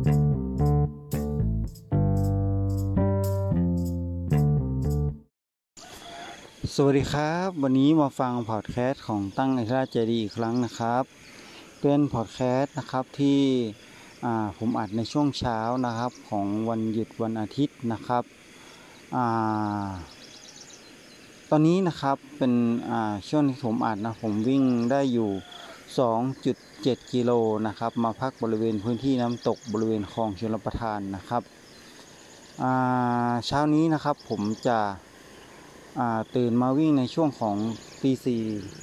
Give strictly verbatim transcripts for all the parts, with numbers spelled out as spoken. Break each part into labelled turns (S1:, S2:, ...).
S1: สวัสดีครับวันนี้มาฟังพอดแคสต์ของตั้งไอราชใจดีอีกครั้งนะครับเป็นพอดแคสต์นะครับที่ผมอัดในช่วงเช้านะครับของวันหยุดวันอาทิตย์นะครับอตอนนี้นะครับเป็นช่วงที่ผมอัดนะผมวิ่งได้อยู่ สองจุดเจ็ด กิโลนะครับมาพักบริเวณพื้นที่น้ำตกบริเวณคลองชลประทานนะครับเช้านี้นะครับผมจะตื่นมาวิ่งในช่วงของตีสี่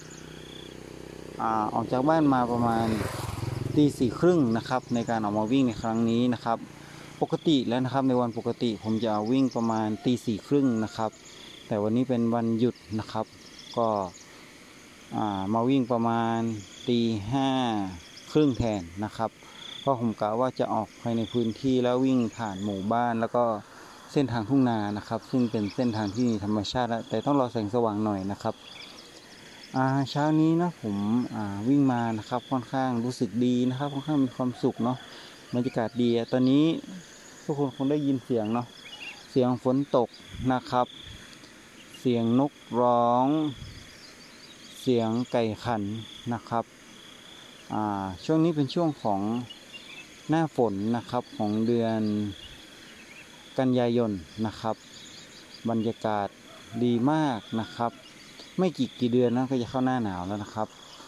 S1: ออกจากบ้านมาประมาณตีสี่ครึ่งนะครับในการออกมาวิ่งในครั้งนี้นะครับปกติแล้วนะครับในวันปกติผมจะวิ่งประมาณตีสี่ครึ่งนะครับแต่วันนี้เป็นวันหยุดนะครับก็มาวิ่งประมาณตีห้าครึ่งแทนนะครับเพราะผมกะว่าจะออกภายในพื้นที่แล้ววิ่งผ่านหมู่บ้านแล้วก็เส้นทางทุ่งนานะครับซึ่งเป็นเส้นทางที่ธรรมชาติแต่ต้องรอแสงสว่างหน่อยนะครับเช้านี้นะผมวิ่งมานะครับค่อนข้างรู้สึกดีนะครับค่อนข้างมีความสุขเนาะบรรยากาศดีตอนนี้ทุกคนคงได้ยินเสียงเนาะเสียงฝนตกนะครับเสียงนกร้องเสียงไก่ขันนะครับช่วงนี้เป็นช่วงของหน้าฝนนะครับของเดือนกันยายนนะครับบรรยากาศดีมากนะครับไม่กี่กี่เดือนนะก็จะเข้าหน้าหนาวแล้วนะครับ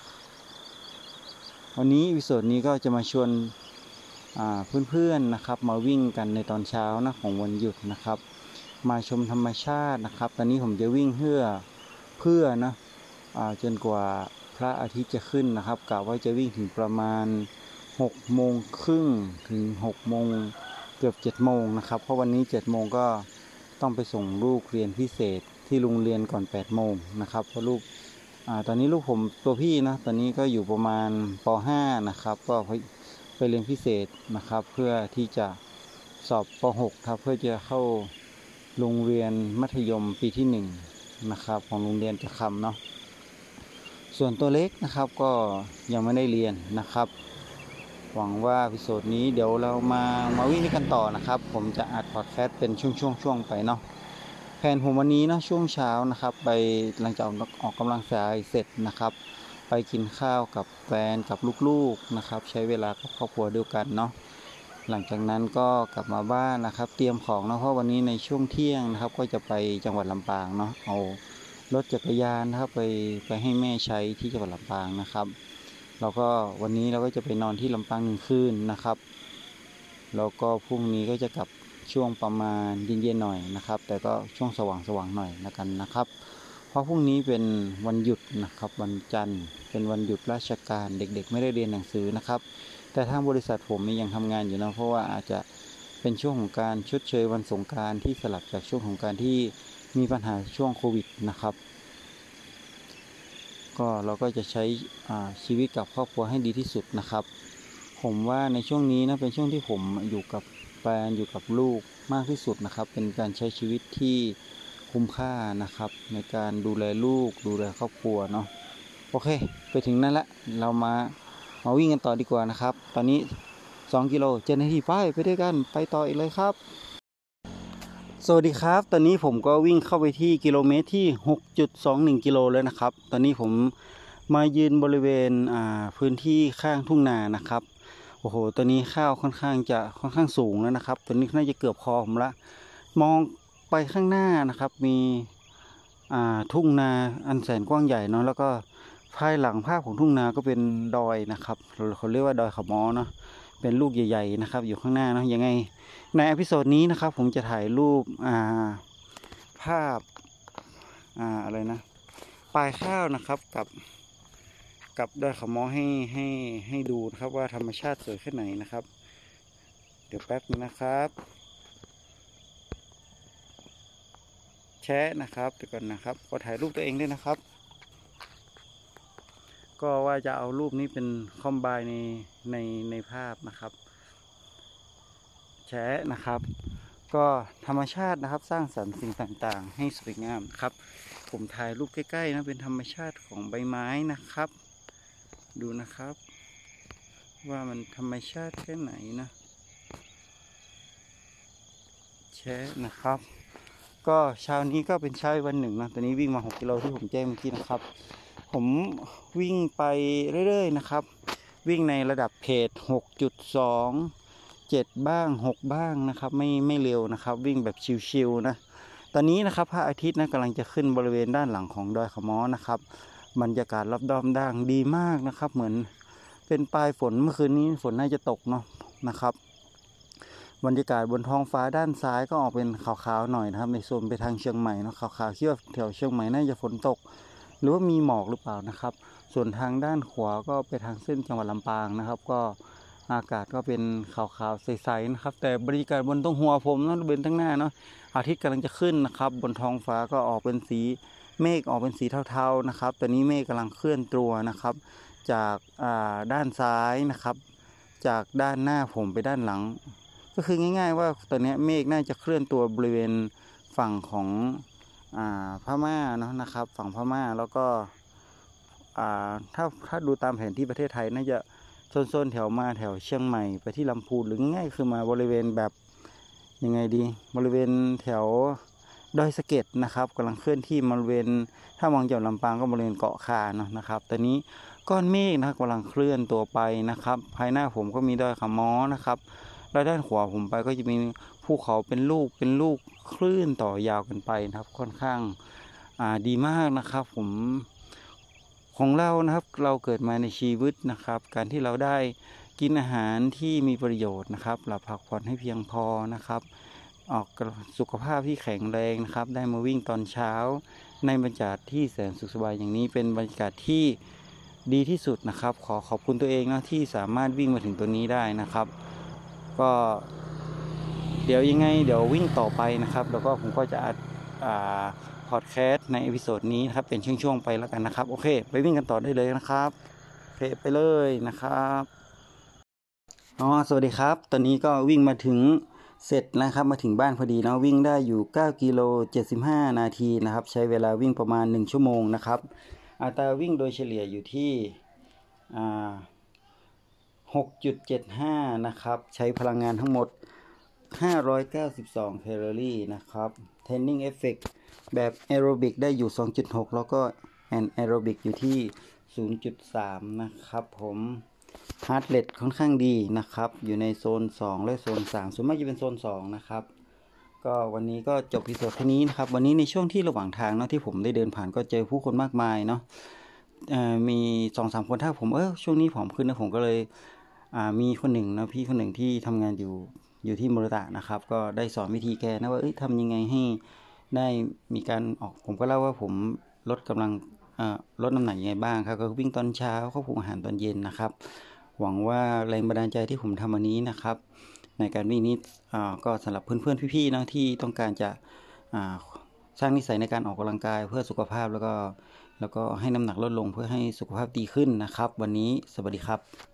S1: วันนี้วิดีโอนี้ก็จะมาชวนเพื่อนๆนะครับมาวิ่งกันในตอนเช้านะของวันหยุดนะครับมาชมธรรมชาตินะครับตอนนี้ผมจะวิ่งเพื่อเพื่อนะจนกว่าพระอาทิตย์จะขึ้นนะครับกะว่าจะวิ่งถึงประมาณหกโมงครึ่งถึงหกโมงเกือบเจ็ดโมงนะครับเพราะวันนี้เจ็ดโมงก็ต้องไปส่งลูกเรียนพิเศษที่โรงเรียนก่อนแปดโมงนะครับเพราะลูกตอนนี้ลูกผมตัวพี่นะตอนนี้ก็อยู่ประมาณป.ห้า นะครับก็ไปเรียนพิเศษนะครับเพื่อที่จะสอบป.หก ครับเพื่อจะเข้าโรงเรียนมัธยมปีที่หนึ่งนะครับของโรงเรียนจะคำเนาะส่วนตัวเล็กนะครับก็ยังไม่ได้เรียนนะครับหวังว่าวิดีโอนี้เดี๋ยวเรามามาวิ่งด้วยกันต่อนะครับผมจะอัดพอดแคสต์เป็นช่วงๆๆไปเนาะแผนผมวันนี้นะช่วงเช้านะครับไปหลังจากออกกำลังกายเสร็จนะครับไปกินข้าวกับแฟนกับลูกๆนะครับใช้เวลากับครอบครัวด้วยกันเนาะหลังจากนั้นก็กลับมาบ้านนะครับเตรียมของนะเพราะวันนี้ในช่วงเที่ยงนะครับก็จะไปจังหวัดลำปางเนาะเอารถจักรยานนะครับไปไปให้แม่ใช้ที่จังหวัดลำปางนะครับเราก็วันนี้เราก็จะไปนอนที่ลำปางหนึ่งคืนนะครับแล้วก็พรุ่งนี้ก็จะกลับช่วงประมาณเย็นๆหน่อยนะครับแต่ก็ช่วงสว่างๆหน่อยนะกันนะครับเพราะพรุ่งนี้เป็นวันหยุดนะครับวันจันทร์เป็นวันหยุดราชการเด็กๆไม่ได้เรียนหนังสือนะครับแต่ทางบริษัทผมยังทำงานอยู่นะเพราะว่าอาจจะเป็นช่วงของการชดเชยวันสงกรานต์ที่สลับจากช่วงของการที่มีปัญหาช่วงโควิดนะครับก็เราก็จะใช้ชีวิตกับครอบครัวให้ดีที่สุดนะครับผมว่าในช่วงนี้นะเป็นช่วงที่ผมอยู่กับแฟนอยู่กับลูกมากที่สุดนะครับเป็นการใช้ชีวิตที่คุ้มค่านะครับในการดูแลลูกดูแลครอบครัวเนาะโอเคไปถึงนั่นละเรามามาวิ่งกันต่อดีกว่านะครับตอนนี้สองกิโลเจ็ดนาทีไปไปด้วยกันไปต่ออีกเลยครับสวัสดีครับตอนนี้ผมก็วิ่งเข้าไปที่กิโลเมตรที่ หกจุดสองหนึ่ง กิโลแล้วนะครับตอนนี้ผมมายืนบริเวณพื้นที่ข้างทุ่งนานะครับโอ้โหตอนนี้ข้าวค่อนข้างจะค่อนข้างสูงแล้วนะครับตอนนี้น่าจะเกือบคอผมละมองไปข้างหน้านะครับมีทุ่งนาอันแสนกว้างใหญ่เนาะแล้วก็ภายหลังภาพของทุ่งนาก็เป็นดอยนะครับเขาเรียกว่าดอยขมอเนาะเป็นลูกใหญ่ๆนะครับอยู่ข้างหน้าเนาะยังไงในเอพิโซดนี้นะครับผมจะถ่ายรูปภาพอะไรนะปลายข้าวนะครับกับกับดอยขมอให้ให้ให้ดูนะครับว่าธรรมชาติสวยแค่ไหนนะครับเดี๋ยวแป๊บนึงนะครับแชะนะครับเดี๋ยวก่อนนะครับขอถ่ายรูปตัวเองด้วยนะครับก็ว่าจะเอารูปนี้เป็นคอมไบในในในภาพนะครับแชะนะครับก็ธรรมชาตินะครับสร้างสรรค์สิ่งต่างๆให้สวยงามครับผมถ่ายรูปใกล้ๆนะเป็นธรรมชาติของใบไม้นะครับดูนะครับว่ามันธรรมชาติแค่ไหนนะแชร์นะครับก็เช้านี้ก็เป็นเช้าวันหนึ่งนะตอนนี้วิ่งมาหกกิโลที่ผมแจ้งเมื่อกี้นะครับผมวิ่งไปเรื่อยๆนะครับวิ่งในระดับเพจ หกจุดสอง เจ็ด บ้างหกบ้างนะครับไม่ไม่เร็วนะครับวิ่งแบบชิวๆนะตอนนี้นะครับพระอาทิตย์นะกำลังจะขึ้นบริเวณด้านหลังของดอยขะม้อนะครับบรรยากาศรอบด้อมด่างดีมากนะครับเหมือนเป็นปลายฝนเมื่อคืนนี้ฝนน่าจะตกเนาะนะครับบรรยากาศบนท้องฟ้าด้านซ้ายก็ออกเป็นขาวๆหน่อยนะครับในโซนไปทางเชียงใหม่เนาะขาวๆคิดว่าแถวเชียงใหม่น่าจะฝนตกหรือว่ามีหมอกหรือเปล่านะครับส่วนทางด้านขวาก็ไปทางเส้นจังหวัดลำปางนะครับก็อากาศก็เป็นขาวๆใสๆนะครับแต่บรรยากาศบนตรงหัวผมเนาะบนทั้งหน้าเนาะอาทิตย์กำลังจะขึ้นนะครับบนท้องฟ้าก็ออกเป็นสีเมฆออกเป็นสีเทาๆนะครับตอนนี้เมฆกำลังเคลื่อนตัวนะครับจากด้านซ้ายนะครับจากด้านหน้าผมไปด้านหลังก็คือง่ายๆว่าตอนนี้เมฆน่าจะเคลื่อนตัวบริเวณฝั่งของอ่าพม่าเนาะนะครับฝั่งพม่าแล้วก็อ่าถ้าถ้าดูตามแผนที่ประเทศไทยน่าจะโซนๆแถวมาแถวเชียงใหม่ไปที่ลำพูนหรือง่ายคือมาบริเวณแบบยังไงดีบริเวณแถวดอยสะเก็ดนะครับกำลังเคลื่อนที่บริเวณถ้ามองจากลำปางก็บริเวณเกาะคาเนาะนะครับตอนนี้ก้อนเมฆนะกำลังเคลื่อนตัวไปนะครับภายหน้าผมก็มีดอยขะม้อนะครับแล้วด้านขวาผมไปก็จะมีภูเขาเป็นลูกเป็นลูกคลื่นต่อยาวกันไปนะครับค่อนข้างอ่าดีมากนะครับผมของเรานะครับเราเกิดมาในชีวิตนะครับการที่เราได้กินอาหารที่มีประโยชน์นะครับหลับพักผ่อนให้เพียงพอนะครับออกสุขภาพที่แข็งแรงนะครับได้มาวิ่งตอนเช้าในบรรยากาศที่แสนสุขสบายอย่างนี้เป็นบรรยากาศที่ดีที่สุดนะครับขอขอบคุณตัวเองนะที่สามารถวิ่งมาถึงตัวนี้ได้นะครับก็เดี๋ยวยังไงเดี๋ยววิ่งต่อไปนะครับแล้วก็ผมก็จะอัดพอดแคสต์ในเอพิโซดนี้นะครับเป็นช่วงๆไปแล้วกันนะครับโอเคไปวิ่งกันต่อได้เลยนะครับโอเคไปเลยนะครับอ๋อสวัสดีครับตอนนี้ก็วิ่งมาถึงเสร็จนะครับมาถึงบ้านพอดีนะวิ่งได้อยู่เก้ากิโลเจ็ดสิบห้านาทีนะครับใช้เวลาวิ่งประมาณหนึ่งชั่วโมงนะครับอัตราวิ่งโดยเฉลี่ยอยู่ที่อ่า หกจุดเจ็ดห้า นะครับใช้พลังงานทั้งหมดห้าร้อยเก้าสิบสองแคลอรี่นะครับ Training Effect แบบแอโรบิกได้อยู่ สองจุดหก แล้วก็แอนแอโรบิกอยู่ที่ ศูนย์จุดสาม นะครับผมฮาร์ทเรทค่อนข้างดีนะครับอยู่ในโซนสองและโซนสามส่วนมากจะเป็นโซนสองนะครับก็วันนี้ก็จบพิโซดแค่นี้นะครับวันนี้ในช่วงที่ระหว่างทางเนาะที่ผมได้เดินผ่านก็เจอผู้คนมากมายเนาะมี สองสาม คนถ้าผมเออช่วงนี้ผอมขึ้นนะผมก็เลยมีคนหนึ่งนะพี่คนหนึ่งที่ทำงานอยู่อยู่ที่มูลตะนะครับก็ได้สอนวิธีแกนะว่าเอ้ยทำยังไงให้ได้มีการออกผมก็เล่าว่าผมลดกำลังลดน้ำหนักยังไงบ้างครับก็วิ่งตอนเช้าควบคุมอาหารตอนเย็นนะครับหวังว่าแรงบันดาลใจที่ผมทำวันนี้นะครับในการวิ่งนี้ก็สำหรับเพื่อนๆพี่ๆนะที่ต้องการจะสร้างนิสัยในการออกกำลังกายเพื่อสุขภาพแล้วก็แล้วก็ให้น้ำหนักลดลงเพื่อให้สุขภาพดีขึ้นนะครับวันนี้สวัสดีครับ